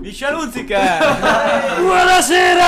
Miscialuzzica! Buonasera!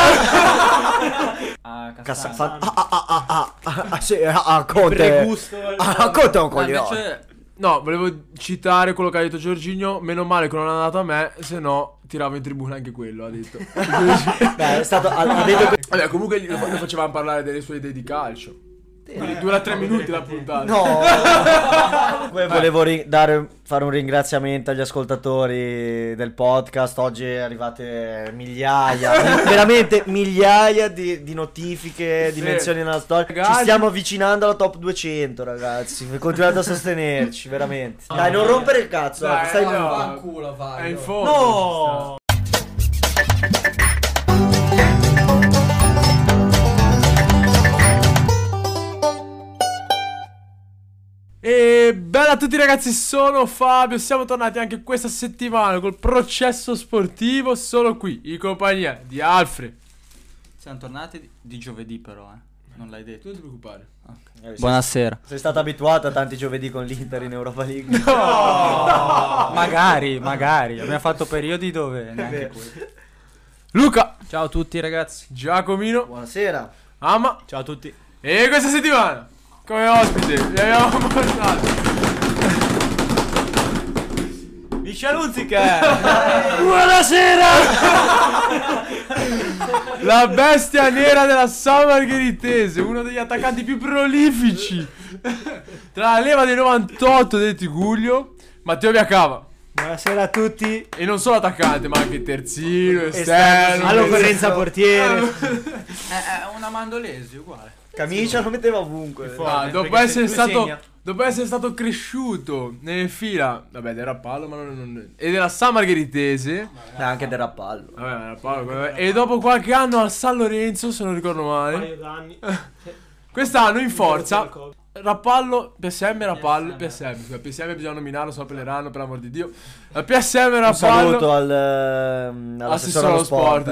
Conte. Conte è un coglione. No, volevo citare quello che ha detto Giorginio. Meno male che non è andato a me, se no tiravo in tribuna anche quello, ha detto. Beh, è stato. Ha detto. Vabbè, comunque lo facevamo parlare delle sue idee di calcio. Dura 3 minuti la puntata. No. Volevo fare un ringraziamento agli ascoltatori del podcast. Oggi arrivate migliaia, veramente migliaia di notifiche, di menzioni nella storia. Ragazzi. Ci stiamo avvicinando alla top 200, ragazzi. Continuate a sostenerci, veramente. Dai, non rompere il cazzo. Dai, stai no. Fanculo, vai. È in fondo. No. E bella a tutti ragazzi, sono Fabio, siamo tornati anche questa settimana col processo sportivo, solo qui, in compagnia di Alfred. Siamo tornati di giovedì però, non l'hai detto. Non ti preoccupare. Okay. Buonasera. Sei stato abituato a tanti giovedì con l'Inter in Europa League? No! magari, abbiamo fatto periodi dove neanche quello. Luca. Ciao a tutti ragazzi. Giacomino. Buonasera. Ama. Ciao a tutti. E questa settimana, come ospite, vi abbiamo portato Miscialuzzica! Buonasera! La bestia nera della San Margheritese, uno degli attaccanti più prolifici tra la leva dei 98 del Tigullio, Matteo Biacava. Buonasera a tutti. E non solo attaccante, ma anche terzino, esterno, All'occorrenza portiere. È una Mandolesi uguale. Camicia lo metteva ovunque. dopo essere stato cresciuto nelle fila, vabbè, del Rappallo, ma e della San Margheritese, Anche del Rappallo. vabbè, Rappallo, e dopo qualche anno al San Lorenzo, se non ricordo male, Un paio d'anni. quest'anno in forza Rappallo, PSM, Rappallo, PSM bisogna nominarlo, se no peleranno, per l'amor di Dio. PSM, Un Rappallo. saluto all'assessore allo sport.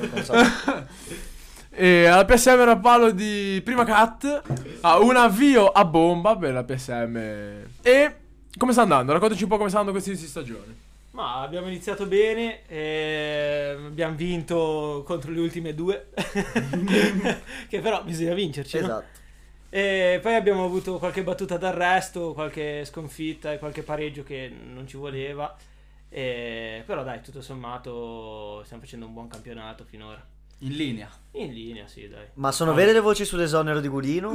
E alla PSM Rappallo di prima cut un avvio a bomba per la PSM. E come sta andando? Raccontaci un po' come sta andando questa inizio di stagione. Ma abbiamo iniziato bene, abbiamo vinto contro le ultime due, che però bisogna vincerci, no? Esatto. E poi abbiamo avuto qualche battuta d'arresto, qualche sconfitta e qualche pareggio che non ci voleva, però dai, tutto sommato stiamo facendo un buon campionato finora. In linea. In linea, sì, dai. Ma sono vere le voci sull'esonero di Gulino?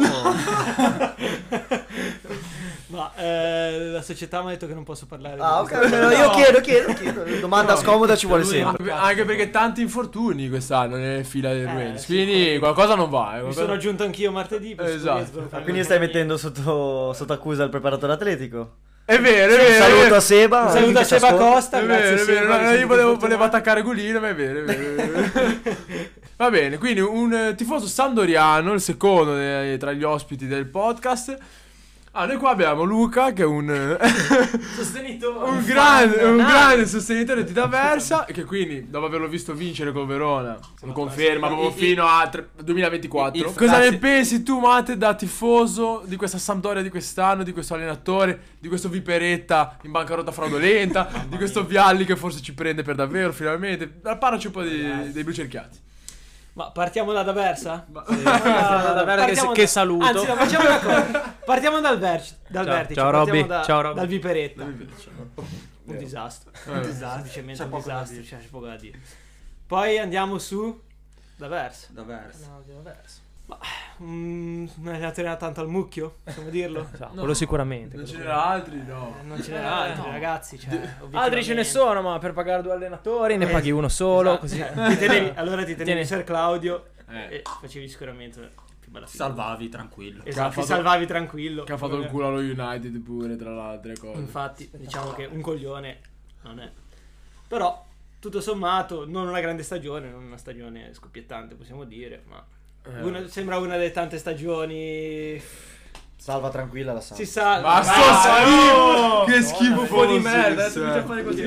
Ma la società mi ha detto che non posso parlare di Ok. questo. No, io chiedo. Domanda scomoda ci vuole sempre. Anche perché tanti infortuni quest'anno nelle fila del Rangers, sì, quindi qualcosa non va. Mi sono aggiunto anch'io martedì. Esatto. Quindi stai mettendo sotto accusa il preparatore atletico? È vero, Un saluto a Seba. Un saluto a Seba Costa. È Grazie vero, Seba, che io volevo attaccare Gulino, ma è vero. Va bene, quindi un tifoso sandoriano, il secondo tra gli ospiti del podcast. Noi qua abbiamo Luca, che è un sostenitore, un grande sostenitore di D'Aversa, che quindi dopo averlo visto vincere con Verona lo conferma proprio fino a 2024. Cosa ne pensi tu, Mate, da tifoso di questa Sampdoria di quest'anno, di questo allenatore, di questo Viperetta in bancarotta fraudolenta, di questo Vialli che forse ci prende per davvero finalmente? Parlaci un po' dei blu cerchiati. Ma partiamo da D'Aversa? Che saluto. Anzi, no, facciamo una cosa. Partiamo dal vertice. Ciao Robby. Ciao Robby. Dal Viperetta. Un disastro. Semplicemente un disastro. C'è poco da dire. Poi andiamo su D'Aversa. Ma un allenatore tanto al mucchio, possiamo dirlo? Quello sicuramente. Non ce n'era altri, no. Non ce n'era altri, ragazzi. Altri ce ne sono, ma per pagare 2 allenatori ne paghi uno solo. Esatto. Così. Allora ti tenevi Ser Claudio e facevi sicuramente più bella figura. Salvavi tranquillo. Esatto, ti salvavi tranquillo. Che ha fatto il culo allo United pure, tra le altre cose. Infatti, diciamo che un coglione non è. Però, tutto sommato, non una grande stagione, non una stagione scoppiettante, possiamo dire, ma sembra una delle tante stagioni. Salva tranquilla la salva. Si salva. Ma sto schifo! Che schifo, un po' di merda. Adesso bisogna fare così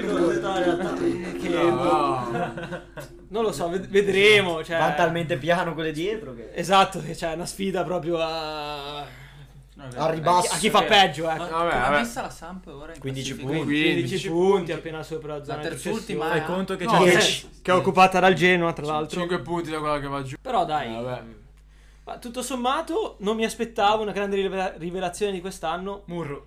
non lo so, vedremo. Cioè, Va talmente piano quelle dietro che... esatto, che c'è una sfida proprio a Al ribasso. A chi fa peggio, ecco. Vabbè. messa la Samp ora in 15 classifica? punti. 15 punti appena sopra la zona La di terzultima retrocessione. Fai conto che No, c'è 10. Che è occupata dal Genoa, tra l'altro. 5 punti da quella che va giù. Però dai, Vabbè. ma tutto sommato non mi aspettavo una grande rivelazione di quest'anno. Murro.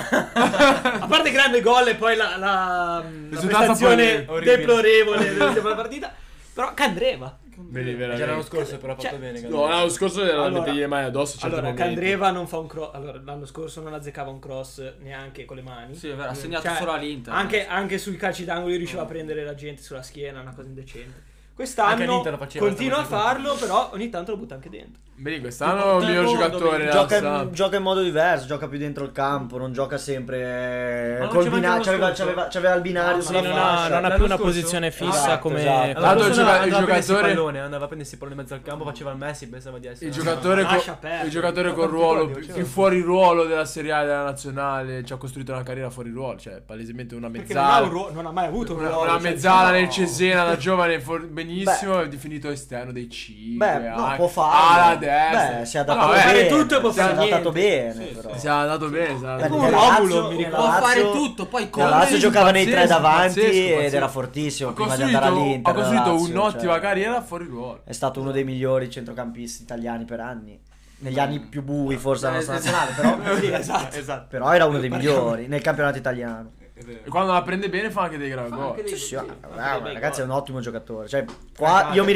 A parte grande gol e poi la Risultato prestazione poi orribile. deplorevole dell'ultima partita. Però Candreva. Vedi, Già l'anno veramente. scorso però ha fatto Cioè, bene. No, l'anno scorso era Allora- mettergli le mani addosso. certi Allora, momenti. Candreva non fa un cross. Allora, l'anno scorso non azzeccava un cross neanche con le mani. Sì, è vero, ha segnato Cioè, solo all'Inter. Anche sui calci d'angolo riusciva a prendere la gente sulla schiena, una cosa indecente. Anche Quest'anno l'Inter lo faceva continua a stamattina. farlo, però ogni tanto lo butta anche dentro. Vedi, quest'anno è il miglior giocatore della Gioca Samp. gioca in modo diverso, gioca più dentro il campo, non gioca sempre Ma non col c'era binario, anche l'anno c'aveva il binario Sì, sulla non fascia. ha non più ha una più una posizione fissa Esatto, come esatto. Tanto il andava a prendersi giocatore- il pallone, andava a prendersi il pallone in mezzo al campo, faceva il Messi, pensava di essere Il giocatore, lascia perdere. il giocatore Ma col quanti ruolo gol più fuori ruolo della Serie A e della nazionale ci ha costruito una carriera fuori ruolo, cioè palesemente una Perché non ha, mezzala. non ha mai avuto un Una, ruolo. una cioè, mezzala no. nel Cesena da giovane benissimo e definito esterno dei 5. Beh, no, può farlo. alla destra. Beh, si è adattato No, bene. fare tutto e può si è fare adattato niente. bene, però. Si è andato bene, si è andato Beh, bene. nella Romulo, Lazio- mi nella ricordo. Può fare Lazio- tutto, poi La corre. Lazio giocava nei tre pazzesco, davanti pazzesco, ed era pazzesco. fortissimo Ha prima di andare all'Inter. ha costruito la Lazio, un'ottima cioè, carriera fuori ruolo. È stato uno dei migliori centrocampisti italiani per anni. Negli anni più bui forse della nostra nazionale, però, Sì, esatto. però era uno dei migliori nel campionato italiano. E quando la prende bene fa anche dei gran gol. Sì, sì, dei ragazzi, è gol. un ottimo giocatore. Cioè, qua io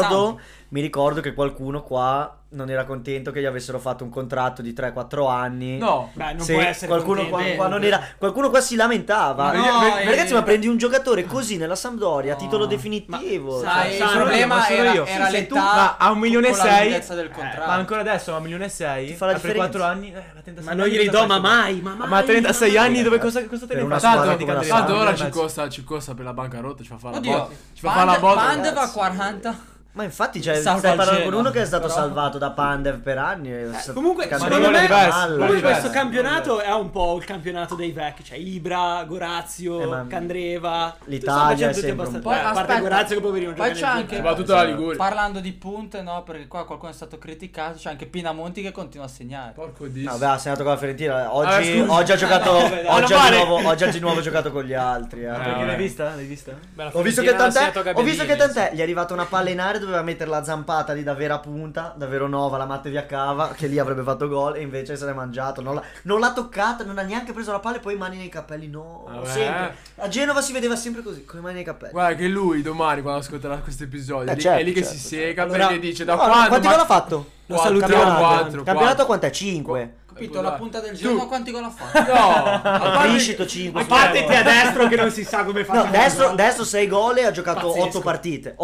mi ricordo che qualcuno qua non era contento che gli avessero fatto un contratto di 3-4 anni. No. Beh, non Se può essere qualcuno qua, contento. qua non era, qualcuno qua si lamentava. Ma no, Ragazzi, ma prendi un giocatore così nella Sampdoria a titolo definitivo. Sai, Cioè, il problema ma sono era, io. era Sì, sei l'età. tu, ma a 1,6 milioni con la lunghezza del contratto. ma ancora adesso a 1,6 milioni Ti fa la per differenza. 4 anni la 36 Ma non glieli do, ma mai. ma a 36 anni dove cosa te Per ne una fai? squadra Tanto, come la tanto Sampdoria, ora mezzo. ci costa per la bancarotta, ci fa fare la Oddio, botta. Ci fa fare la botta. Pandev va a 40. Ma infatti, cioè, Salva stai il parlando con Genoa, uno che è stato però. salvato da Pandev per anni. Comunque, Candreva secondo me, diverso, comunque diverso. questo campionato è un po' il campionato dei vecchi. Cioè Ibra, Gorazio, ma Candreva. l'Italia è tutti sempre un abbastanza. po'. Poi A parte aspetta, Gorazio che poverino poi gioca c'è nel anche- Genoa. Soprattutto la Liguria. Parlando di punte, no, perché qua qualcuno è stato criticato. C'è anche Pinamonti che continua a segnare. Porco Dio. No, beh, ha segnato con la Fiorentina. Ah, Oggi, scusa. oggi ha giocato. vabbè, oggi, male. oggi ha di nuovo giocato con gli altri. Perché vabbè. l'hai vista? L'hai vista? Ho visto che tant'è. Gli è arrivata una palla in aria, doveva mettere la zampata di da vera punta, davvero nova, la Matte via cava, che lì avrebbe fatto gol, e invece se l'è mangiato. Non l'ha toccata, non ha neanche preso la palla e poi mani nei capelli. No, Vabbè. sempre. A Genova si vedeva sempre così, con le mani nei capelli. Guarda che lui domani quando ascolterà questo episodio Certo, è lì che certo, si certo. sega Allora- perché dice da no, quando quanti gol ha fatto? Lo salutiamo. Campionato. Campionato Quattro. quant'è? 5. Capito? La punta del Genoa quanti gol ha fatto? No. Criscito 5. A parte te a destro che non si sa come fa. No, destro 6 gol e ha giocato Pazzesco. 8 partite.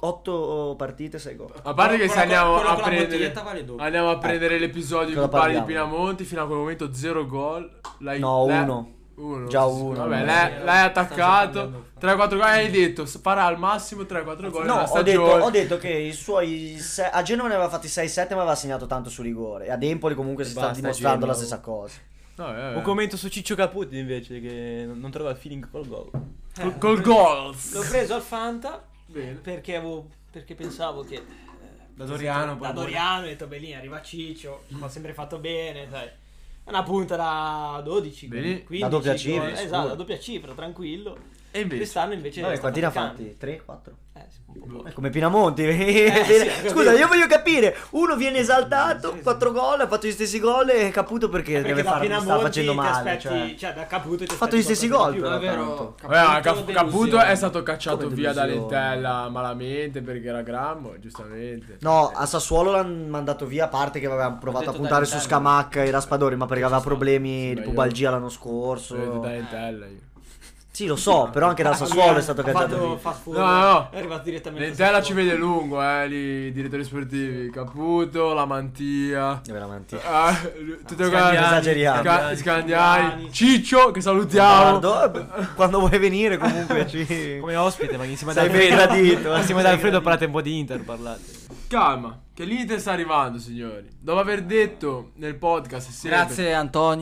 8 partite, 6 gol. A parte che se Quello andiamo con a la prendere bottiglietta vale doppio. andiamo a prendere l'episodio in cosa cui parli di parliamo? Pinamonti, fino a quel momento 0 gol. No, uno. Già uno. Vabbè, l'hai attaccato. 3-4 gol, hai detto farà al massimo 3-4 gol No, nella ho detto, stagione. che i suoi a Genova ne aveva fatti 6-7, ma aveva segnato tanto su rigore. E ad Empoli comunque si sta Basta, dimostrando la Genoa. stessa cosa. Un commento su Ciccio Caputi invece che non trova il feeling col gol. Col gol. L'ho preso al Fanta Bene. perché pensavo che Da Doriano da Doriano ho detto beh lì arriva Ciccio, mi ha sempre fatto bene, sai. Una punta da 12, Bene. 15 La doppia gol. cifra, sicuro. Esatto, la doppia cifra, tranquillo. E invece Quest'anno invece Vabbè, sta quanti ne ha faticando. fatti? 3, 4? Sì, un po'. Come Pinamonti. sì, Scusa, io voglio capire. Uno viene esaltato, 4 gol, ha fatto gli stessi gol e Caputo perché Perché deve da fare sta Pinamonti facendo ti male. aspetti, cioè da Caputo ti Ha fatto gli aspetti stessi qualcosa gol, di più. però. Davvero. Caputo è stato cacciato Come via delusione. dall'Entella malamente perché era Grammo, giustamente. No, a Sassuolo l'hanno mandato via, a parte che aveva provato a detto puntare su dall'interno. Scamacca e i Raspadori, ma perché aveva problemi Sì, di ma pubalgia l'anno Vedete scorso. dall'Entella io. Sì, lo so, però anche da Sassuolo è stato Ha cacciato fatto via. fast food, No. è arrivato direttamente L'Entella a ci Sassuolo. vede lungo, lì, i direttori sportivi. Caputo, la Mantia. Veramente. Tutte Scandiani, esageriamo. Scandiani, Scandiani. Ciccio, che salutiamo. Guardo, quando vuoi venire comunque ci... Come ospite, ma insieme ad Sei ben Alfredo. gradito. Insieme ad Alfredo parlate un po' di Inter, parlate. Calma, che l'Inter sta arrivando, signori. Dopo aver detto nel podcast sempre, Grazie Antonio.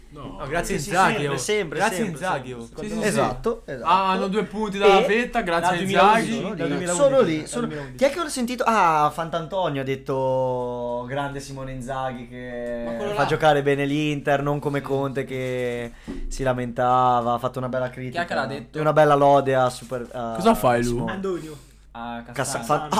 No. grazie Sì, Inzaghi. sempre, Grazie sempre, Inzaghi. sempre. Sì, Esatto. hanno 2 punti dalla E- fetta, grazie a dal Inzaghi. 2011, Sono lì. 2011. Chi è che ho sentito? Ah, Fantantonio ha detto grande Simone Inzaghi che Ma quello fa là. giocare bene l'Inter, non come Conte che si lamentava, ha fatto una bella critica. Chi è che l'ha detto? E una bella lode a Super Cosa fai, lui? Simone. Antonio. A Cassa- Cassano.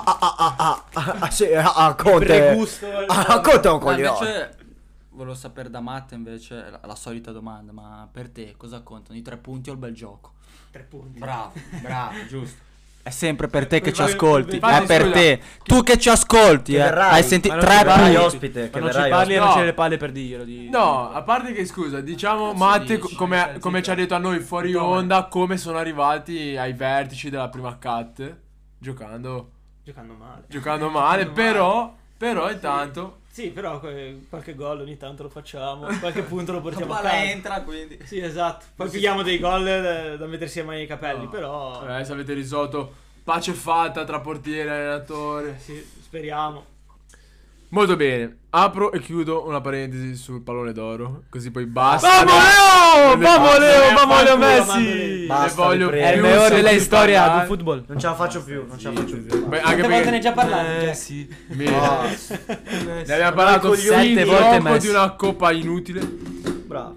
Conte. Pregusto. Conte è un No, coglione. invece volevo sapere da Matte invece la solita domanda, ma per te cosa contano? I 3 punti o il bel gioco? 3 punti. Bravo, giusto. È sempre per te che ci Voglio- ascolti. Infatti, È per scusa, te. Tu che ci ascolti, Che verrai. hai sentito Ma non 3 ci Verrai punti. ospite, Ma che non ci verrai parli e No. non c'è le palle per dirlo. No, a parte che scusa, diciamo Matte dici? come ci ha detto a noi fuori onda, come sono arrivati ai vertici della prima cut giocando Giocando male. male, però intanto Sì, però qualche gol ogni tanto lo facciamo. Qualche punto lo portiamo a palla casa. entra, quindi. Sì, esatto. Poi pigliamo dei gol da mettersi a mani nei capelli, però. se avete risolto pace fatta tra portiere e allenatore. Sì, speriamo. Molto bene. Apro e chiudo una parentesi sul pallone d'oro, così poi basta. Vamo Leo! Vamo Leo! Vamo Leo Fanculo, Messi! Basta, Ne voglio vi prego. È il più migliore sentire della storia parlare. del football. Non ce la faccio più, non ce la faccio più. Beh, anche Quante volte ne hai perché già parlato? Jack? Sì. Mira, No, ne abbiamo parlato coglioni, fin 7 volte troppo Messi. di una coppa inutile. bravo.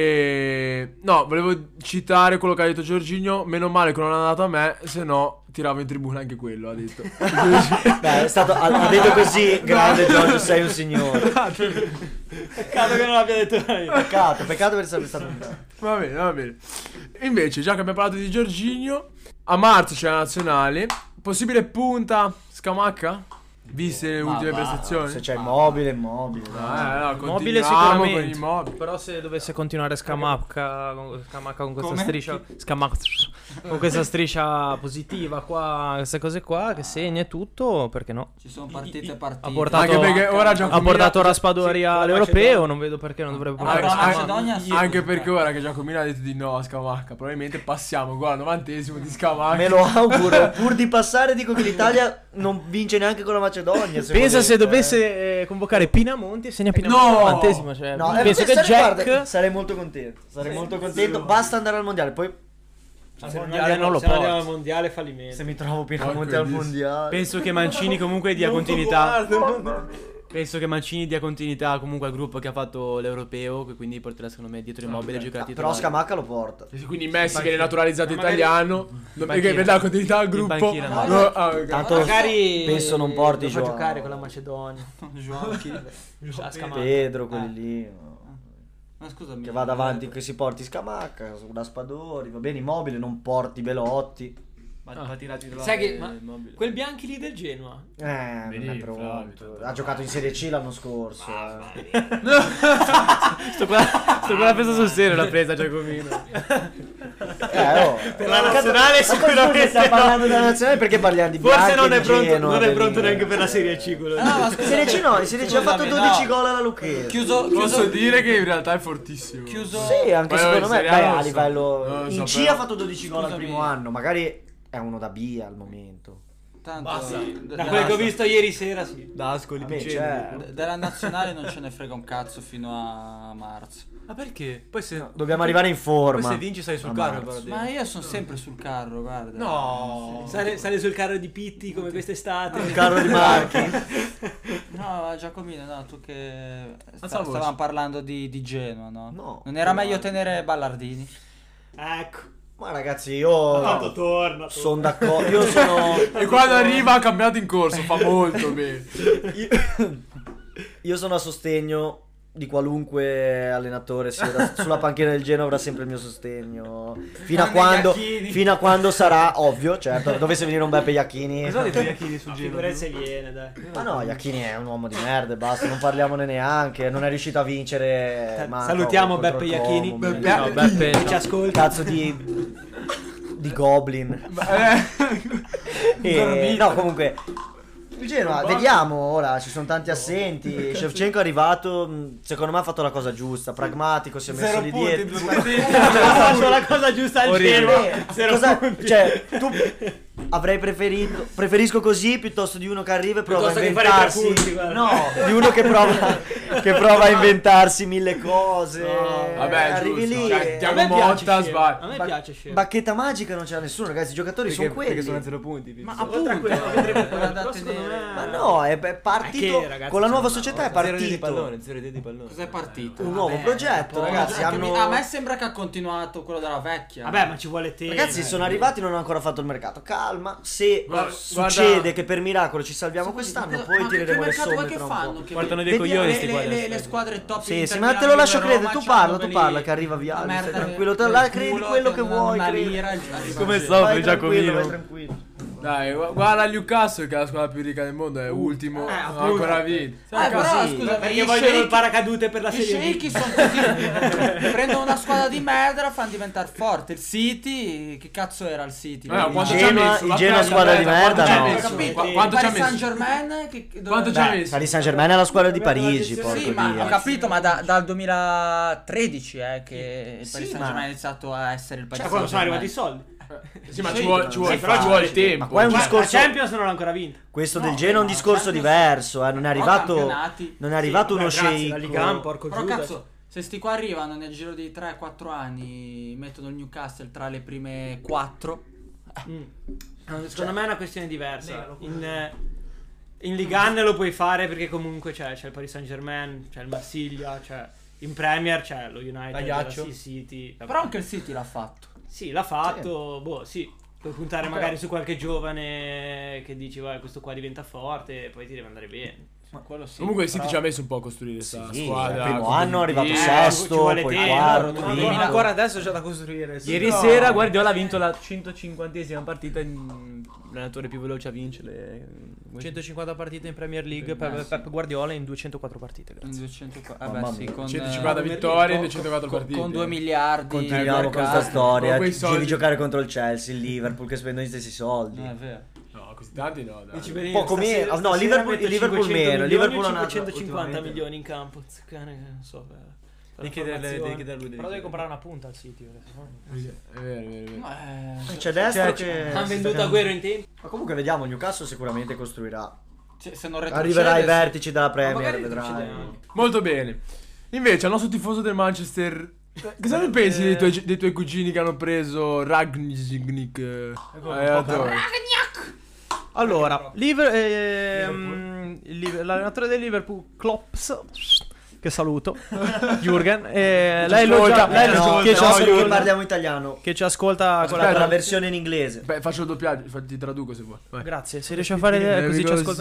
E no, volevo citare quello che ha detto Giorginio. Meno male che non è andato a me, se no tiravo in tribuna anche quello. Ha detto. Beh, è stato, ha detto così, grande Giorgio, sei un signore. Peccato che non l'abbia detto io. Peccato per essere stato un Va bene, va bene. Invece, già che abbiamo parlato di Giorginio, a marzo c'è la nazionale. Possibile punta Scamacca? Viste le ultime prestazioni? Se c'è immobile. Dai. No, Mobile continuiamo con sicuramente. Immobile. Però se dovesse continuare Scamacca con questa Come? striscia con questa striscia positiva qua, queste cose qua che segna e tutto, perché no? Ci sono partite e partite. Ha portato, Anche perché ora Giacomino ha portato Raspadori sì, con la all'europeo, Macedonia. non vedo perché non dovrebbe Ah, portare con la Scamacca. Macedonia sì. Anche perché ora che Giacomino ha detto di no a Scamacca, probabilmente passiamo ancora al 90esimo di Scamacca. Me lo auguro. Pur di passare dico che l'Italia non vince neanche con la Macedonia. Pensa se volete. dovesse convocare Pinamonti e segna Pinamonti No! al 90esimo, cioè, No, penso che Jack guarda, sarei molto contento. Sarei molto contento. Basta andare al mondiale. Poi al mondiale non lo se non andiamo al porta. mondiale fallimento. se mi trovo Pinamonti Porco al Dio. mondiale. Penso che Mancini comunque dia continuità. Penso che Mancini dia continuità comunque al gruppo che ha fatto l'europeo, che quindi porterà secondo me dietro Immobile a giocare Però titolare. Scamacca lo porta. Quindi Messi che è naturalizzato Magari- italiano, perché per dare continuità al gruppo. banchina, no. No, ok. Tanto Magari penso non porti lo fa Joao. giocare con la Macedonia. Giochi. A Scamacca. Pedro, quelli lì. no. Ma scusami. Che vada avanti, che si porti Scamacca, Raspadori, va bene, Immobile, non porti Belotti. Va tirati Sai che quel Bianchi lì del Genoa. Non è Vedi, pronto. Ha giocato in Serie C l'anno scorso. sto con la presa sul serio, l'ha presa Giacomino. Per la nazionale sicuramente stiamo no. parlando della nazionale perché parliamo di Forse Bianchi, non è di pronto, Genoa, non è di- pronto neanche per la Serie C quello lì. No, ma In Serie C no, in Serie C ha fatto Scusami, 12 no. gol alla Lucchese. Chiuso. dire che in realtà è fortissimo. Chiuso. Sì, anche Poi secondo in me, Serie A beh, non lo a so. livello Non lo in so, C però- ha fatto 12 gol al Scusami. primo anno, magari è uno da B al momento. Tanto. Da quello che ho visto ieri sera, sì. D'Ascoli, Vabbè, Piceno. cioè, Della nazionale non ce ne frega un cazzo fino a marzo. Ma perché? Poi se dobbiamo arrivare in forma. Poi se vinci stai sul A carro marzo. però. Ma io sono sempre sul carro, guarda. No. Sale sul carro di Pitti come quest'estate. Il carro di Marchi. No, Giacomino, no, tu che Alza voce. stavamo parlando di Genoa, no? No. Non era meglio tenere Ballardini? Ecco. Ma ragazzi, io Tanto torna. sono d'accordo. Io sono E quando arriva ha cambiato in corso, fa molto bene. io sono a sostegno di qualunque allenatore sia sulla panchina del Genoa avrà sempre il mio sostegno fino a quando sarà ovvio, certo, dovesse venire un Beppe Iachini. Cosa ha detto Iachini sul giro? Figurezza se viene, dai. Ma no, Iachini è un uomo di merda e basta, non parliamone neanche, non è riuscito a vincere. Salutiamo contro Beppe il Iachini. Como, No, Beppe, Che ci ascolta. cazzo di Goblin. No, comunque il Genoa, vediamo ora, ci sono tanti assenti. Shevchenko è arrivato, secondo me ha fatto la cosa giusta, pragmatico, si è messo lì dietro. Faccio la cosa giusta al Orribile. Genoa. Zero Cosa- punti. cioè, tu avrei preferisco così piuttosto di uno che arriva e prova a Piuttosto che fare 3 inventarsi. punti, guarda. No, di uno che prova a inventarsi 1000 cose. Vabbè, arrivi giusto. lì. Cioè, e- Thiago Motta sbaglia. A me piace Scemo. Bacchetta magica non c'è nessuno, ragazzi, i giocatori sono quelli. Perché sono a 0 punti. Ma Pizzo. appunto, vedrebbe quella da Però secondo tenere. me- Ma no, è partito che, ragazzi, con la nuova c'è una società è Zero idee di partito pallone, 0 idee di pallone. Cos'è partito? un nuovo progetto, ragazzi, A me sembra che ha continuato quello della vecchia. Vabbè, ma ci vuole tempo. Ragazzi, sono arrivati e non hanno ancora fatto il mercato. Calma, se Guarda- succede che per miracolo ci salviamo quest'anno, poi Ma tireremo le che mercato somme vuoi che tra un fanno? po'. Che Guardano dei Vediamo coglioni sti qua le adesso. squadre top Sì, Inter, sì, ma te Milano, lo lascio Roma, credere, tu c'hanno parla, quelli- che arriva via, la stai merda tranquillo, del là credi culo, quello che non hanno vuoi, una credi. lira, arriva Come sì. sta? Vai Giacomino. tranquillo, vai tranquillo. Dai, guarda il Newcastle che è la squadra più ricca del mondo, è ultimo, non ha appunto. ancora vinto. Però così. scusa, Perché vogliono il paracadute per la I Serie B. sceicchi sono così. Prendono una squadra di merda, la fanno diventare forte. Il City, che cazzo era il City? Quanto ci ha Genoa- messo? il Ma Genoa aspetta, squadra di aspetta, merda, quanto ci ha no. messo? Capito? Quanto ci ha Paris messo? Saint-Germain Quanto ci ha messo? Paris Saint-Germain è la squadra di Parigi, Sì, porco Sì, ma Dio. ho capito, ma dal 2013 che il Sì, Paris ma- Saint-Germain ha iniziato a essere il Paris Cioè, quando sono Saint-Germain. arrivati i soldi. Sì, ma Sì, ci vuole sì, però ci vuole tempo. Ma qua è un La discorso, Champions non l'ha ancora vinta. questo No, del Genoa è un no, discorso Champions- diverso, non è arrivato, campionati. non è arrivato uno Grazie, la sceicco. Liga 1, porco Però Giuda. cazzo, se sti qua arrivano nel giro di 3-4 anni, mettono il Newcastle tra le prime 4. Secondo me è una questione diversa. In Liga 1 lo puoi fare perché comunque c'è il Paris Saint-Germain, c'è il Marsiglia, c'è in Premier c'è lo United, la Ajaccio. City. Però anche il City l'ha fatto. Sì, l'ha fatto, boh, sì. Puoi puntare magari su qualche giovane che dici, vai, questo qua diventa forte e poi ti deve andare bene. Ma quello sì. Comunque il City ci ha messo un po' a costruire questa Sì, squadra. il primo anno è arrivato competitiva. ci sesto, vuole poi tempo, quarto, no, quinto. Ancora adesso c'è da costruire. sì. Ieri sera Guardiola ha vinto la 150esima partita, l'allenatore più veloce a vincere. 150 partite in Premier League per Pep Guardiola in 204 partite. In Grazie. 200, Mamma vabbè, sì, mia. con 150 con- vittorie e con- 204 con- partite. Con 2 miliardi. Continuiamo con mercato. questa storia, Con quei devi soldi. giocare contro il Chelsea, il Liverpool che spendono gli stessi soldi. No, è vero. No, così tanti no, dai. Poco meno. No, Liverpool meno, Liverpool non ha- 550 milioni in campo. Cane, non so. Devi chiederle lui. Però devi comprare una punta al City. È vero, è vero. C'è destro che Hanno venduto Agüero in tempo. Ma comunque vediamo, Newcastle sicuramente costruirà. Se non retrocede, Arriverà ai vertici della Premier, magari vedrai. retrocede Molto bene. Invece al nostro tifoso del Manchester, cosa ne pensi dei tuoi cugini che hanno preso Ragnik? Allora, l'allenatore del Liverpool, Klopps, che saluto, Jürgen, lei lo già, lei No, che ci no, perché ascolta, parliamo italiano. che ci ascolta con Aspetta, la la versione in inglese. Beh, faccio il doppiaggio, ti traduco se vuoi. Vai. Grazie, se riesci a fare così ci ascolta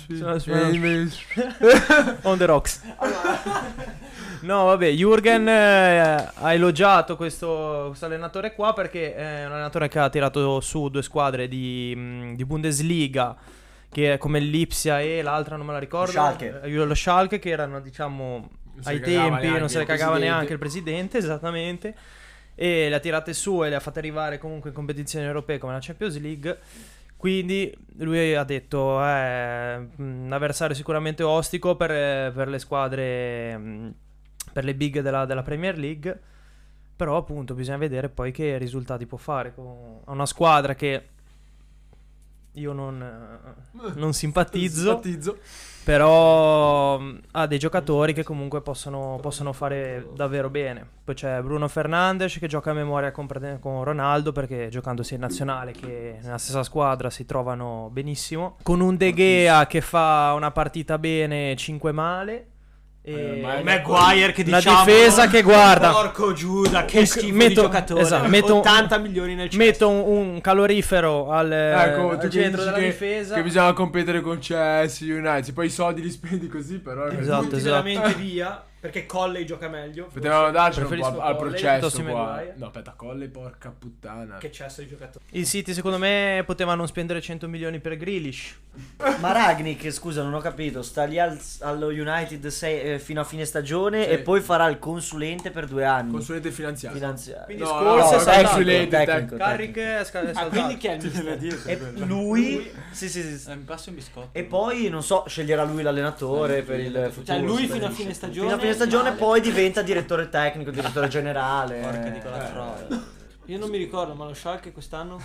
on the rocks. No, vabbè, Jürgen ha elogiato questo allenatore qua perché è un allenatore che ha tirato su 2 squadre di Bundesliga, che è come l'Ipsia e l'altra non me la ricordo, Schalke. Lo Schalke, che erano, diciamo, se ai ne cagava tempi neanche non se ne il cagava presidente. neanche il presidente, esattamente, e le ha tirate su e le ha fatte arrivare comunque in competizioni europee come la Champions League. Quindi lui ha detto un avversario sicuramente ostico per le squadre, per le big della Premier League, però appunto bisogna vedere poi che risultati può fare con una squadra che io non simpatizzo, però ha dei giocatori che comunque possono fare davvero bene. Poi c'è Bruno Fernandes che gioca a memoria con Ronaldo, perché giocando sia in nazionale che nella stessa squadra si trovano benissimo, con un De Gea che fa una partita bene, 5 male, e Maguire che la diciamo difesa che guarda, porco Giuda, che schifo di metto- giocatore. esatto, metto- 80 milioni nel Chelsea. metto un calorifero al Ecco, tu centro della dici difesa. che bisogna competere con Chelsea, United, poi i soldi li spendi così, però Esatto, Tutti veramente via, perché Colley gioca meglio. potevano darcelo un Preferisco po' al Colley processo piuttosto qua. Maguire. No, aspetta, Colley, porca puttana. Che cesso di giocatori. Il City secondo me poteva non spendere 100 milioni per Grealish. Ma Ragnik, scusa, non ho capito, sta lì allo United fino a fine stagione Sì. e poi farà il consulente per 2 anni. Consulente finanziario. Finanziario. Quindi No, scorso no, è saltato. consulente, Tecnico. Carrick è saltato. Quindi chi è il mister? E lui, sì. Mi passo un biscotto. E poi, non so, sceglierà lui l'allenatore per il futuro. Cioè lui spero. fino a fine stagione. Fino a fine stagione poi diventa direttore tecnico, direttore generale. Porca di quella troia. Io non mi ricordo, ma lo Schalke quest'anno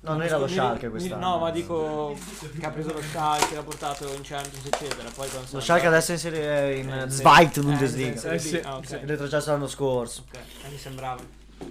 No, non era lo Schalke quest'anno. No, ma dico che ha preso lo Schalke, l'ha portato in Champions, eccetera. Poi Lo Schalke adesso è in serie in Zweite Bundesliga. sì. È retrocesso l'anno scorso. Ok, mi sembrava.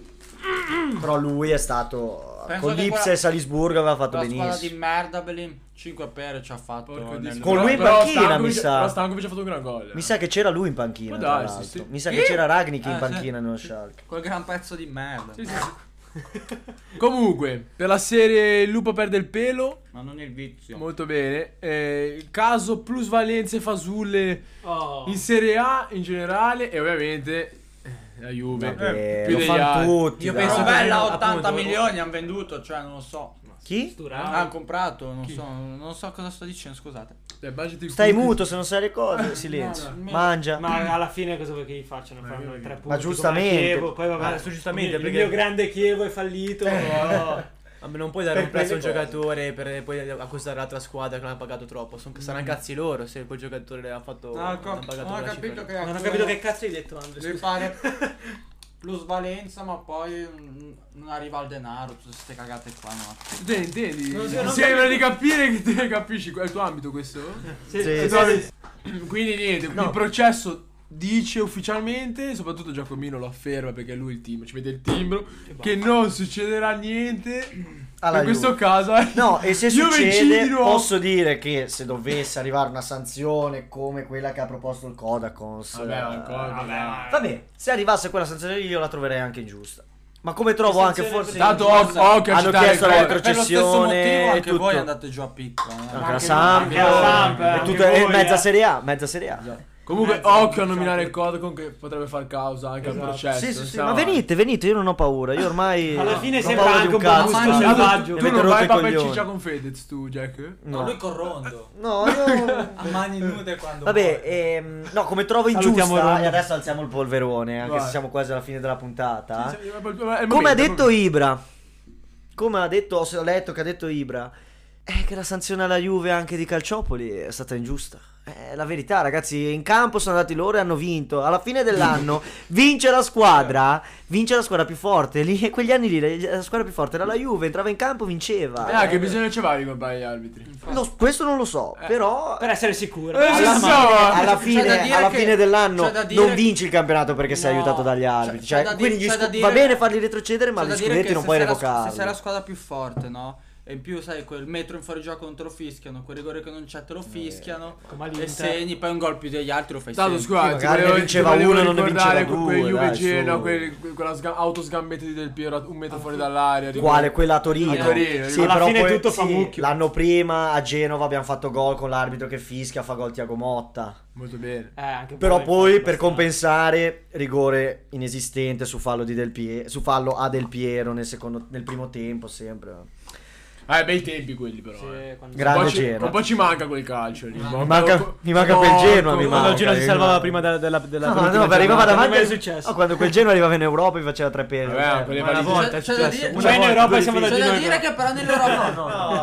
Però lui è stato Penso con che l'Ipsia quella- e Salisburgo aveva fatto La squadra di benissimo. merda, Belin. 5 per ci ha fatto. Porco nel- Dio. Con lui in Però panchina, Stankovic- mi sa. Però Stankovic ha fatto un gran gol. Mi sa che c'era lui in panchina. Ma tra dai, l'altro. sì, sì. Mi sa che c'era Ragnik in Sì. panchina nello Schalke. Quel gran pezzo di merda. Sì, sì, sì. Comunque, per la serie il lupo perde il pelo. Ma non il vizio. Molto bene. Il caso plusvalenze fasulle Oh. in Serie A in generale. E ovviamente la Juve. Vabbè, più lo degli fanno altri. tutti. Io dai. penso Però bella appunto, 80 milioni hanno venduto, cioè non lo so. Chi? Hanno comprato, non so cosa sto dicendo, scusate. Budget in Stai cui- muto se non sai le cose. Silenzio. Mangia. Ma alla fine cosa vuoi che gli facciano? Fanno i 3 punti. Ma giustamente. come a Chievo, poi vabbè, Adesso giustamente, il perché- mio grande Chievo è fallito. no. Vabbè, non puoi dare Per un prezzo a un quelle cose. giocatore per poi accostare l'altra squadra che l'ha pagato troppo. Saranno cazzi loro se quel giocatore ha fatto. No, ha pagato non ho quella capito cifra. che Non ho capito che cazzo hai detto, Andre. mi pare plusvalenza, ma poi non arriva al denaro, tutte queste cagate qua, no. Te intendi? Non Sembra di capire che te capisci. È il tuo ambito questo? Sì, Quindi niente, No. il processo dice ufficialmente, soprattutto Giacomino lo afferma perché lui il team, ci vede il timbro, che non succederà niente. Alla in questo Juve. caso No, e se Juve succede, incidi di nuovo. posso dire che se dovesse arrivare una sanzione come quella che ha proposto il Kodakons, Vabbè, ancora. vabbè, se arrivasse quella sanzione lì, io la troverei anche ingiusta. Ma come trovo anche forse Tanto occhio a hanno citare chiesto la il gol. Per lo stesso retrocessione motivo e anche tutto. voi andate giù a picco. Anche la Samp, anche la Samp, e anche tutto, e voi, mezza Serie A, mezza Serie A. Comunque occhio a nominare il Codacon che potrebbe far causa anche al processo. Sì, sì, sì, Siamo ma avanti. venite, io non ho paura, io ormai Alla fine non ho sembra paura di anche un po' cazzo. gusto Ma selvaggio. Tu Avete non rotto vai i papà e coglioni. ciccia con Fedez tu, Jack? No, lui corrondo. No, io A mani nude quando vabbè, no, come trovo Salutiamo ingiusta, Rondo. e adesso alziamo il polverone, anche Vai. se siamo quasi alla fine della puntata. Sì, è il Come ha momento, detto Ibra, come ha detto, ho letto che ha detto Ibra, è che la sanzione alla Juve anche di Calciopoli è stata ingiusta. È la verità, ragazzi, in campo sono andati loro e hanno vinto. Alla fine dell'anno vince la squadra più forte. Lì, quegli anni lì la squadra più forte era la Juve, entrava in campo, vinceva. che bisogno c'aveva di comprare gli arbitri? Questo non lo so, però Per essere sicuro. alla C'è da dire alla che- fine dell'anno c'è da dire non che- vinci il campionato perché sei No, aiutato dagli arbitri. c'è da Quindi dire- c'è da dire- va bene farli retrocedere, ma C'è gli da dire scudetti che non se puoi sei la- revocarli. Se sei la squadra più forte, no? E in più sai quel metro in fuorigioco non te lo fischiano, quel rigore che non c'è te lo fischiano. Come E all'Inter. segni, poi un gol più degli altri lo fai Tanto sempre. scusate, Sì, magari ne vinceva uno e non ne vinceva due, quel Juve dai, Genoa, su. quella autosgambetta di Del Piero un metro fuori dall'area. Quale? Quella a Torino. A Torino, Sì, alla però fine poi, tutto fa sì, mucchio. l'anno prima a Genova abbiamo fatto gol con l'arbitro che fischia, fa gol Tiago Motta. Molto bene. Anche Però poi per abbastanza. compensare rigore inesistente su fallo su fallo a Del Piero nel primo tempo sempre. Bei tempi quelli però. Sì, quando- Grande Un po' ci- Genoa. un po' ci manca quel calcio lì. Mi manca quel Genoa, mi Quando manca. il Genoa si io- salvava prima della No, penultima no, arrivava giornata. davanti. non è mai successo. No, quando quel Genoa arrivava in Europa e faceva 3 peli. Vabbè, quelle Una valigie. volta è C'è da successo. dire- Una Cioè in volta, Europa due siamo figli. C'è da noi, dire però. che però nell'Europa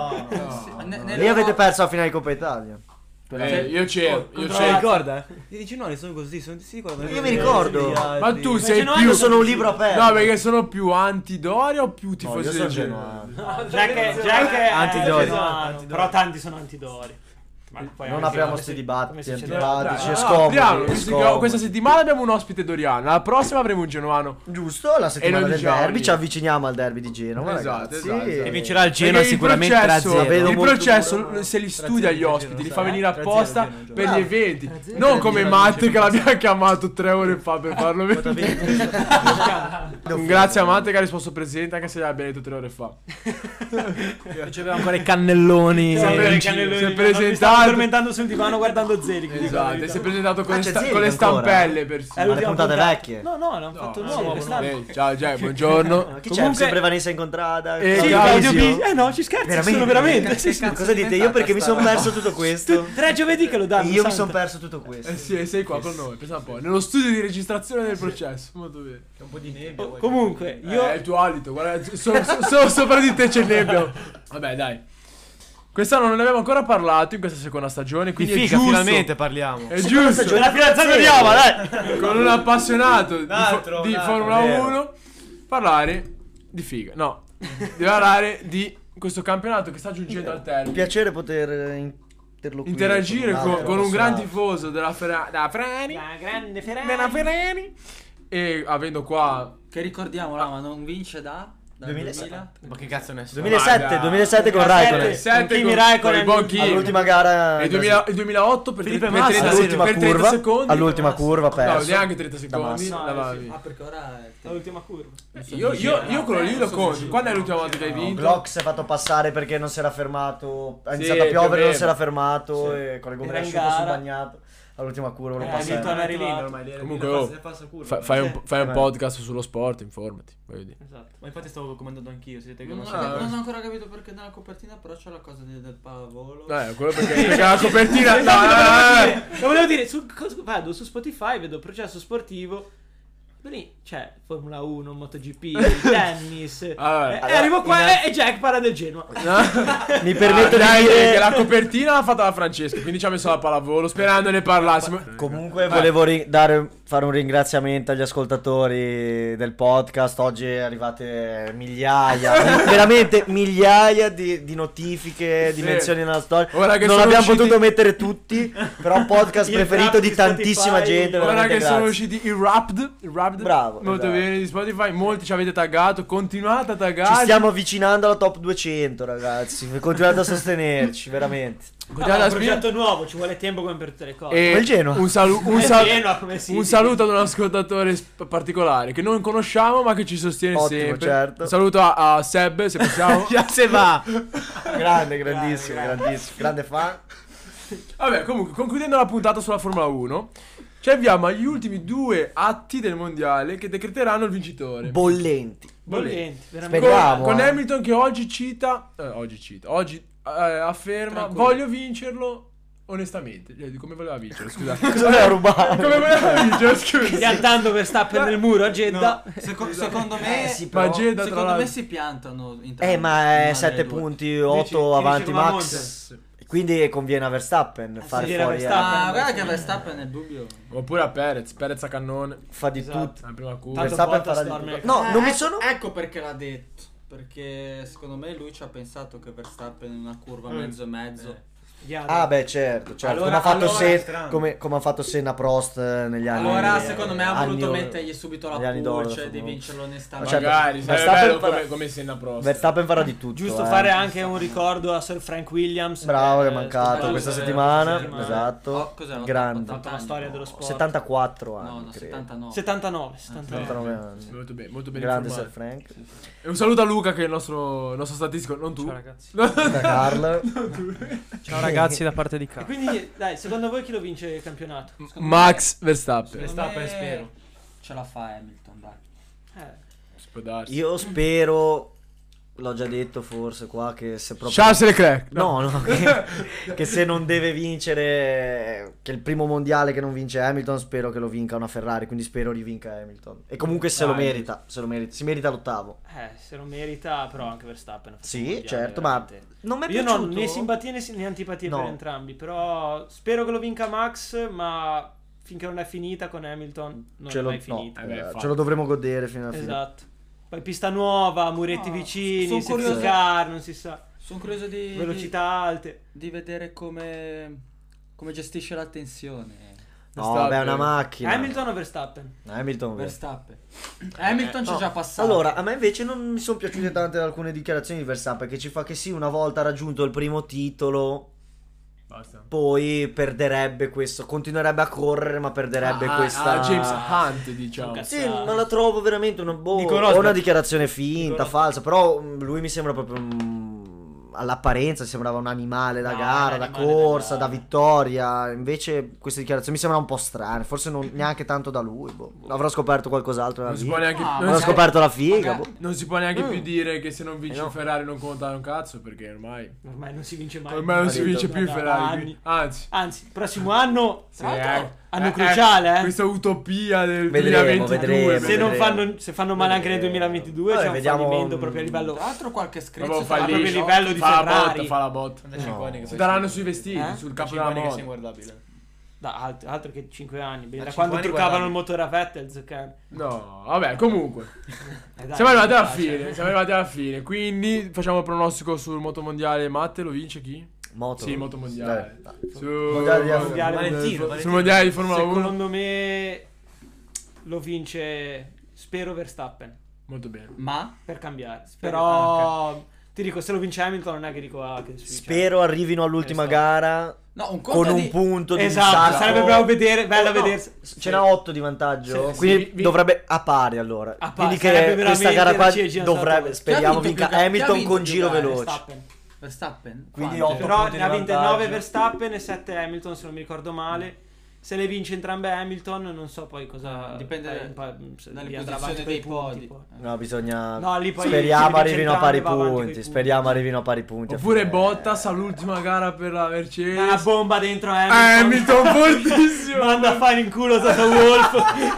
Lì avete perso la finale di Coppa Italia. Io c'ero. Io Si c'ero. ricorda? I Genoani sono così, si ricordano. Io mi ricordo. Ma tu sei Genoa più. Io sono un libro aperto. No, perché sono più anti-Doria o più No, tifosi io sono del Genoa. Jack è Antidori. genuano, però tanti sono antidori. Ma poi Non anche apriamo come sti si- dibattiti come succede- antipatici e Apriamo, scomodi. questa settimana abbiamo un ospite doriano. La prossima avremo un genuano. Giusto, la settimana noi del diciamo derby lì. ci avviciniamo al derby di Genova, Esatto, ragazzi. esatto. E vincerà il Genoa Perché il sicuramente processo- 3-0. vedo Il molto processo se li studia gli 3-0, ospiti, li fa Genoa. venire 3-0 apposta Genoa. per gli eventi. Non come Matte che l'abbiamo chiamato 3 ore fa per farlo venire. Grazie a Matte che ha risposto presente anche se l'abbiamo detto 3 ore fa. C'aveva ancora i cannelloni. Sempre i si è cannelloni, mi presentato. stavo addormentando sul divano guardando Zeri. Esatto, e si è presentato con, Ah, le, c'è sta- Zelig con le ancora? stampelle È persino. le l'ultima puntate puntata. vecchie? No, l'hanno fatto nuovo quest'anno. Ciao Jack, buongiorno. Chi c'è? Sempre Vanessa Incontrada? Eh, Sì, Claudio Claudio Bisio. B. No, ci scherzi, Veramente? sono veramente. Sì, sì. Cosa dite? Io perché mi sono perso tutto questo? 3 giovedì che lo danno. Io mi santa. sono perso tutto questo. Sì, sei qua con noi, pensa un po'. Nello studio di registrazione del processo. Molto bene. Un po' di nebbia. Comunque, io Il tuo alito, guarda, sopra di te c'è nebbia. Vabbè, dai. Quest'anno non ne abbiamo ancora parlato in questa seconda stagione, Di quindi figa, è giusto, finalmente parliamo. è giusto, La fidanzata di Roma, dai! con un appassionato di Un altro, Formula vero. 1 parlare di figa. No, di parlare di questo campionato che sta giungendo al termine. Piacere poter interagire con un gran personaggio. tifoso della Ferrari. La grande Della Ferrari. E avendo qua Che ricordiamo, ma non vince da 2007. 2000? Ma che cazzo ne so? 2007 con Raikkonen. 7 Kimi Raikkonen, con il buon Kimi. All'ultima gara. E il 2008 per Felipe 30 Massa, all'ultima per 30 curva. secondi. All'ultima curva No, perso. neanche 30 secondi. Massa. lavavi. Ah, perché ora è l'ultima curva. Io quello lì lo conto. Quando è l'ultima volta che hai vinto? Glock si è fatto passare perché non si era fermato. Ha Sì, iniziato a più o piovere, non meno. si era fermato. E con le gomme Era in asciutte sul gara. bagnato. All'ultima curva lo Ha passa. vinto Henry Lin. Comunque, oh, fai un podcast sullo sport, informati. Voglio dire. Esatto. Ma infatti stavo comandando anch'io, siete che Non non ho, so. non ho ancora capito perché nella copertina, però c'è la cosa del pallavolo. Quello perché la copertina. Lo volevo dire, vado su Spotify, vedo processo sportivo. Lì c'è Formula 1, MotoGP, tennis. Allora, e arrivo qua e Jack parla del Genoa. Mi permetto di dai, dire. che la copertina l'ha fatta la Francesca, quindi ci ha messo la pallavolo sperando ne parlassimo. Comunque volevo fare un ringraziamento agli ascoltatori del podcast. Oggi arrivate migliaia, veramente migliaia di notifiche, di Sì. menzioni nella storia. Ora che Non sono abbiamo usciti- potuto mettere tutti, però podcast Il preferito rap di di tantissima Spotify. gente. Ora veramente che sono grazie. usciti i Wrapped, Bravo, molto esatto. bene di Spotify, molti ci avete taggato, continuate a Ci taggarci. stiamo avvicinando alla top 200, ragazzi. Continuate a sostenerci, veramente. Continuate È a un spingere. progetto nuovo, ci vuole tempo come per tutte le cose. E Quel Genoa. un Genoa, come si un dice. saluto ad un ascoltatore particolare che non conosciamo ma che ci sostiene Ottimo, sempre. certo. Un saluto a Seb, se possiamo. Già se va. Grande, grandissimo, grandissimo. Grande fan. Vabbè, comunque, concludendo la puntata sulla Formula 1, ci avviamo agli ultimi 2 atti del mondiale che decreteranno il vincitore. Bollenti. Bollenti, veramente. Speriamo. Con eh. Hamilton che oggi afferma: Tranquillo. voglio vincerlo onestamente. Come voleva vincere, scusate. Cosa voleva rubare? Come voleva vincere, scusa. Piantando Verstappen nel muro a Jeddah. Secondo me, sì, Ma però. Jeddah, tra secondo me l'altro. si piantano. entrambi, Ma è una 7 delle due. punti, 8 avanti va a Max. Quindi conviene a Verstappen fare conviene a fuori. Verstappen. Ah, guarda che Verstappen è dubbio. Oppure a Perez a cannone. Fa di Esatto. tutto. La prima curva. Tanto Verstappen Bottas farà di dorme. tutto. No, non mi ecco- sono. Ecco perché l'ha detto. Perché secondo me lui ci ha pensato che Verstappen in una curva mezzo e mezzo. Ah, beh, certo. Allora- come ha fatto Senna Prost negli anni. Allora, secondo me ha anni voluto or- mettergli subito negli la anni d'oro, pulce di famoso. vincerlo Ma onestamente. certo, Magari, sarebbe Verstappen bello farà- come Senna Prost. Verstappen farà di tutto. Giusto eh. fare anche un ricordo a Sir Frank Williams. Bravo, che è eh, mancato scomparso questa questa settimana. settimana. Esatto. Oh, cos'era? Grande. 80 la storia dello sport. 74 anni. No, no, credo. 79. 79. 79 anni. Molto bene Grande Sir informato. Frank. E un saluto a Luca che è il nostro statistico, non tu. Ciao ragazzi. Da Carl. Ciao ragazzi da parte di E Carlo. quindi, dai, secondo voi chi lo vince il campionato? Max Verstappen. Verstappen, spero. Ce la fa Hamilton, dai. Si può darsi. Io spero. L'ho già detto forse qua che se proprio. Charles Leclerc. No, che se non deve vincere, che il primo mondiale che non vince Hamilton, spero che lo vinca una Ferrari, quindi spero rivinca Hamilton. E comunque se lo merita, si merita l'ottavo. Se lo merita, però anche Verstappen. ha fatto un Sì, mondiale, certo, ma veramente. non mi è Io piaciuto. non ho né simpatie né antipatie No. per entrambi, però spero che lo vinca Max, ma finché non è finita con Hamilton non ce è lo, mai no, finita. infatti. ce lo dovremo godere fino alla fine. Esatto. Poi pista nuova, muretti No, vicini, son safety curioso. car, non si sa. Sono curioso di Velocità alte. di vedere come gestisce la tensione. No, beh, è una macchina. Hamilton o Verstappen? Hamilton, vero. Verstappen. Hamilton c'è No, già passato. Allora, a me invece non mi sono piaciute tante alcune dichiarazioni di Verstappen, che ci fa che sì, una volta raggiunto il primo titolo, Basta. poi perderebbe questo, continuerebbe a correre, ma perderebbe questa. James Hunt, diciamo. Cazzo. Sì, ma la trovo veramente una, Nico o Rosberg. una dichiarazione finta, Nico falsa, però lui mi sembra proprio all'apparenza sembrava un animale da No, gara, un da animale corsa, da da gara. vittoria. Invece queste dichiarazioni mi sembrano un po' strane, forse non neanche tanto da lui, boh. Avrò scoperto qualcos'altro nella Non si può vita. neanche, Ah, non Non ho si- scoperto la figa, Magari- boh. non si può neanche più dire che se non vinci no. il Ferrari non conta un cazzo, perché ormai Ormai non si vince mai. non si detto. vince più il Da Ferrari. anni. quindi- Anzi, Anzi, il prossimo anno, tra sì, l'altro, anno cruciale, questa utopia del Vedremo, 2022. Se non vedremo. se fanno male anche nel 2022 Vabbè, c'è un vediamo, fallimento proprio a livello. Tra l'altro qualche Vabbè, screzzo proprio fallisce. il livello di fa la Ferrari. botta, fa la botta. Da 5 anni che Si fai daranno schifo. sui vestiti, sul capo Da 5 della anni che sei moda. inguardabile. altro che 5 anni. Da 5 quando anni truccavano guadagni. il motore a Vettel, Zuccan. No, vabbè, comunque. Dai, Siamo arrivati alla dai, fine, cioè. siamo arrivati alla fine. Quindi facciamo il pronostico sul motomondiale. Matte, lo vince chi? Moto. Sì, motomondiale. Mondiale di Mondiale Valentino. Sul mondiale di Formula 1. Secondo me lo vince, spero, Verstappen. Molto bene. Ma Per cambiare. Però ti dico, se lo vince Hamilton non è che dico che si vince. Spero arrivino all'ultima gara no, un conto con è un di- punto di Esatto, distacco. sarebbe bello vedersi. Ce n'ha 8 di vantaggio, Sì, quindi sì, dovrebbe a pari allora. A pari, Quindi sarebbe che questa veramente gara qua la ciliegina dovrebbe, sulla Chi speriamo ha vinto vinca più ga- chi ha Hamilton vinto con più giro gare? veloce. Verstappen. Verstappen? Quindi Quante? 8 Però punti ne ha di vinte vantaggio. 9 Verstappen e 7 Hamilton, se non mi ricordo male. Se le vince entrambe Hamilton, non so poi cosa. Dipende se dalle lì andrà posizioni avanti dei coi punti, podi. poi. No, bisogna. No, lì poi Speriamo se li vince arrivino a pari entrambe, va avanti coi punti. punti. Speriamo arrivino a pari punti. Oppure alla fine. Bottas all'ultima gara per la Mercedes. Una bomba dentro Hamilton fortissimo. Manda a fare in culo Toto Wolff.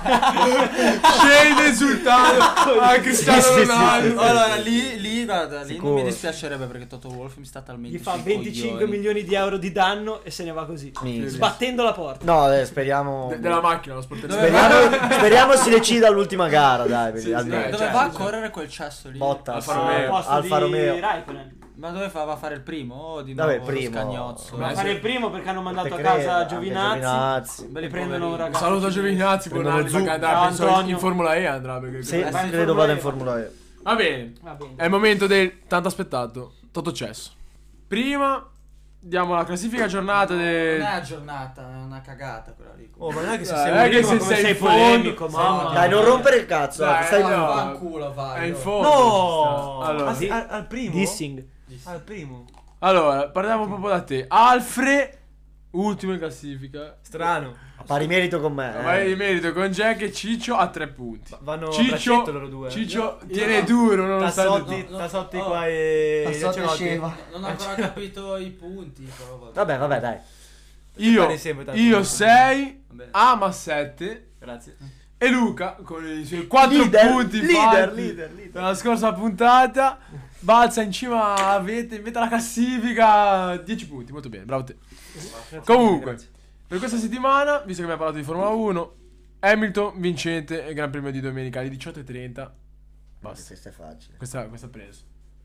Scende esultato a Cristiano Sì, sì, sì, Ronaldo. Allora lì guarda, lì non Sicuro. mi dispiacerebbe perché Toto Wolff mi sta talmente Gli fa sui 25 coglioni. milioni di euro di danno e se ne va così. Minchia. Sbattendo la porta. No, speriamo. Della macchina, lo sportello. Speriamo si decida all'ultima gara, dai. Sì, almeno. sì, Dove cioè, va a sì. correre quel cesso lì? Bottas. Alfa Romeo. Al posto Alfa di Romeo. Raikkonen. Ma dove va a fare il primo? O di Vabbè, nuovo primo. Scagnozzo? Va a Beh, fare sì. il primo perché hanno mandato Te a credo, casa anche Giovinazzi. Belli E prendono un poverini. ragazzo. Saluto a Giovinazzi, Prendono buon anno, perché Zucca, andrà penso Antonio. in Formula E andrà perché Sì, Va in credo Formula vada E. in Formula E. Va bene. Va bene. È il momento del tanto aspettato Totocesso. Prima diamo la classifica giornata Non è del una giornata, è una cagata quella lì. Oh, ma non è che se Dai, sei è che un se come sei sei in fondo, polemico, sei mamma. in- Dai, non rompere il cazzo. Dai, stai no. Va in culo, vai. È in oh. fondo. No! Allora, Al primo? Dissing. Al primo? allora, partiamo proprio da te. Alfred, ultimo in classifica. Strano. Pari merito con me. Vai di merito con Jack e Ciccio a 3 punti. Vanno a Ciccio, braccetto loro due. Ciccio tiene duro, nonostante Tassotti no. qua e Tassotti e Giacinotti. Sceva. Non ho ancora capito i punti, però Vabbè, dai. io Fare sempre tanto. 6, Vabbè. Ama 7 Grazie. e Luca con i suoi 4 Leader, punti leader, fatti leader. dalla scorsa puntata. Balza in cima a vetta alla classifica 10 punti, molto bene, bravo te. Comunque, per questa settimana, visto che abbiamo parlato di Formula 1, Hamilton vincente e Gran Premio di domenica alle 18:30. Basta, Questo è facile. questa ha preso.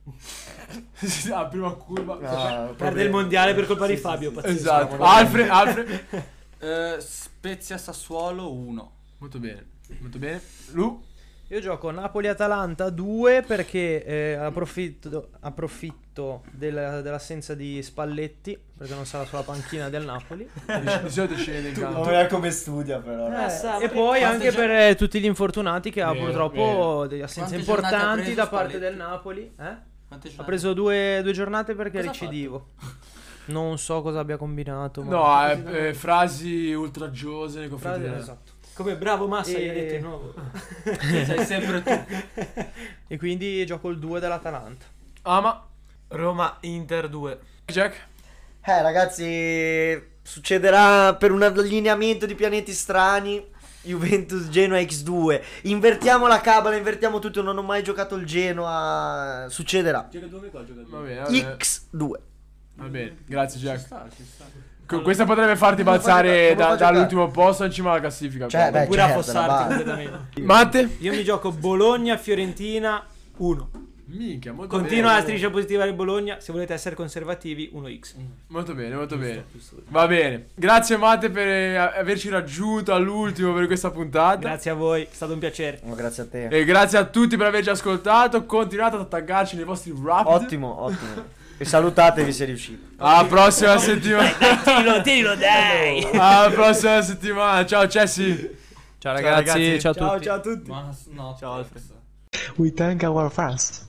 La prima curva. Perde il mondiale per colpa di Fabio. Pazzesco. Esatto. Alfred. Spezia Sassuolo 1. Molto bene, molto bene. Lu? Io gioco Napoli-Atalanta 2 perché approfitto dell'assenza di Spalletti, perché non sarà sulla panchina del Napoli. Di solito scende in campo. Non è come studia, però. E poi anche per tutti gli infortunati che ha Vero, purtroppo delle assenze Quante giornate ha importanti preso da parte Spalletti? del Napoli. Quante Ha giornate? preso due giornate perché Cosa ha recidivo. Non so cosa abbia combinato. Ma No, frasi ultraggiose nei confronti del esatto. Come bravo Massa gli ha E- detto di nuovo. Sei sempre tu. E quindi gioco il 2 dell'Atalanta. Ama, Roma Inter 2. Jack. Ragazzi, succederà per un allineamento di pianeti strani. Juventus Genoa X2. Invertiamo la cabala, invertiamo tutto. Non ho mai giocato il Genoa. Succederà. Va bene, va bene. X2. Va bene, grazie Jack. Ci sta. Questa potrebbe farti Come balzare fa giocare? dall'ultimo posto in cima alla classifica. Cioè, beh, Oppure certo, affossarti la base. completamente. Matte? Io mi gioco Bologna-Fiorentina 1. Minchia, molto Continua la bene. striscia positiva del Bologna. Se volete essere conservativi, 1x. Molto bene, molto bene. Va bene. Grazie Matte per averci raggiunto all'ultimo per questa puntata. Grazie a voi, è stato un piacere. No, grazie a te. E grazie a tutti per averci ascoltato. Continuate ad taggarci nei vostri rap. Ottimo. E salutatevi se riuscite. Alla prossima settimana. Tienilo, dai! Alla prossima settimana. Ciao Cessi. Ciao ragazzi, ragazzi. ciao a tutti. Ciao a tutti. Ma no, Ciao, Alfred. Alex. We thank our fans.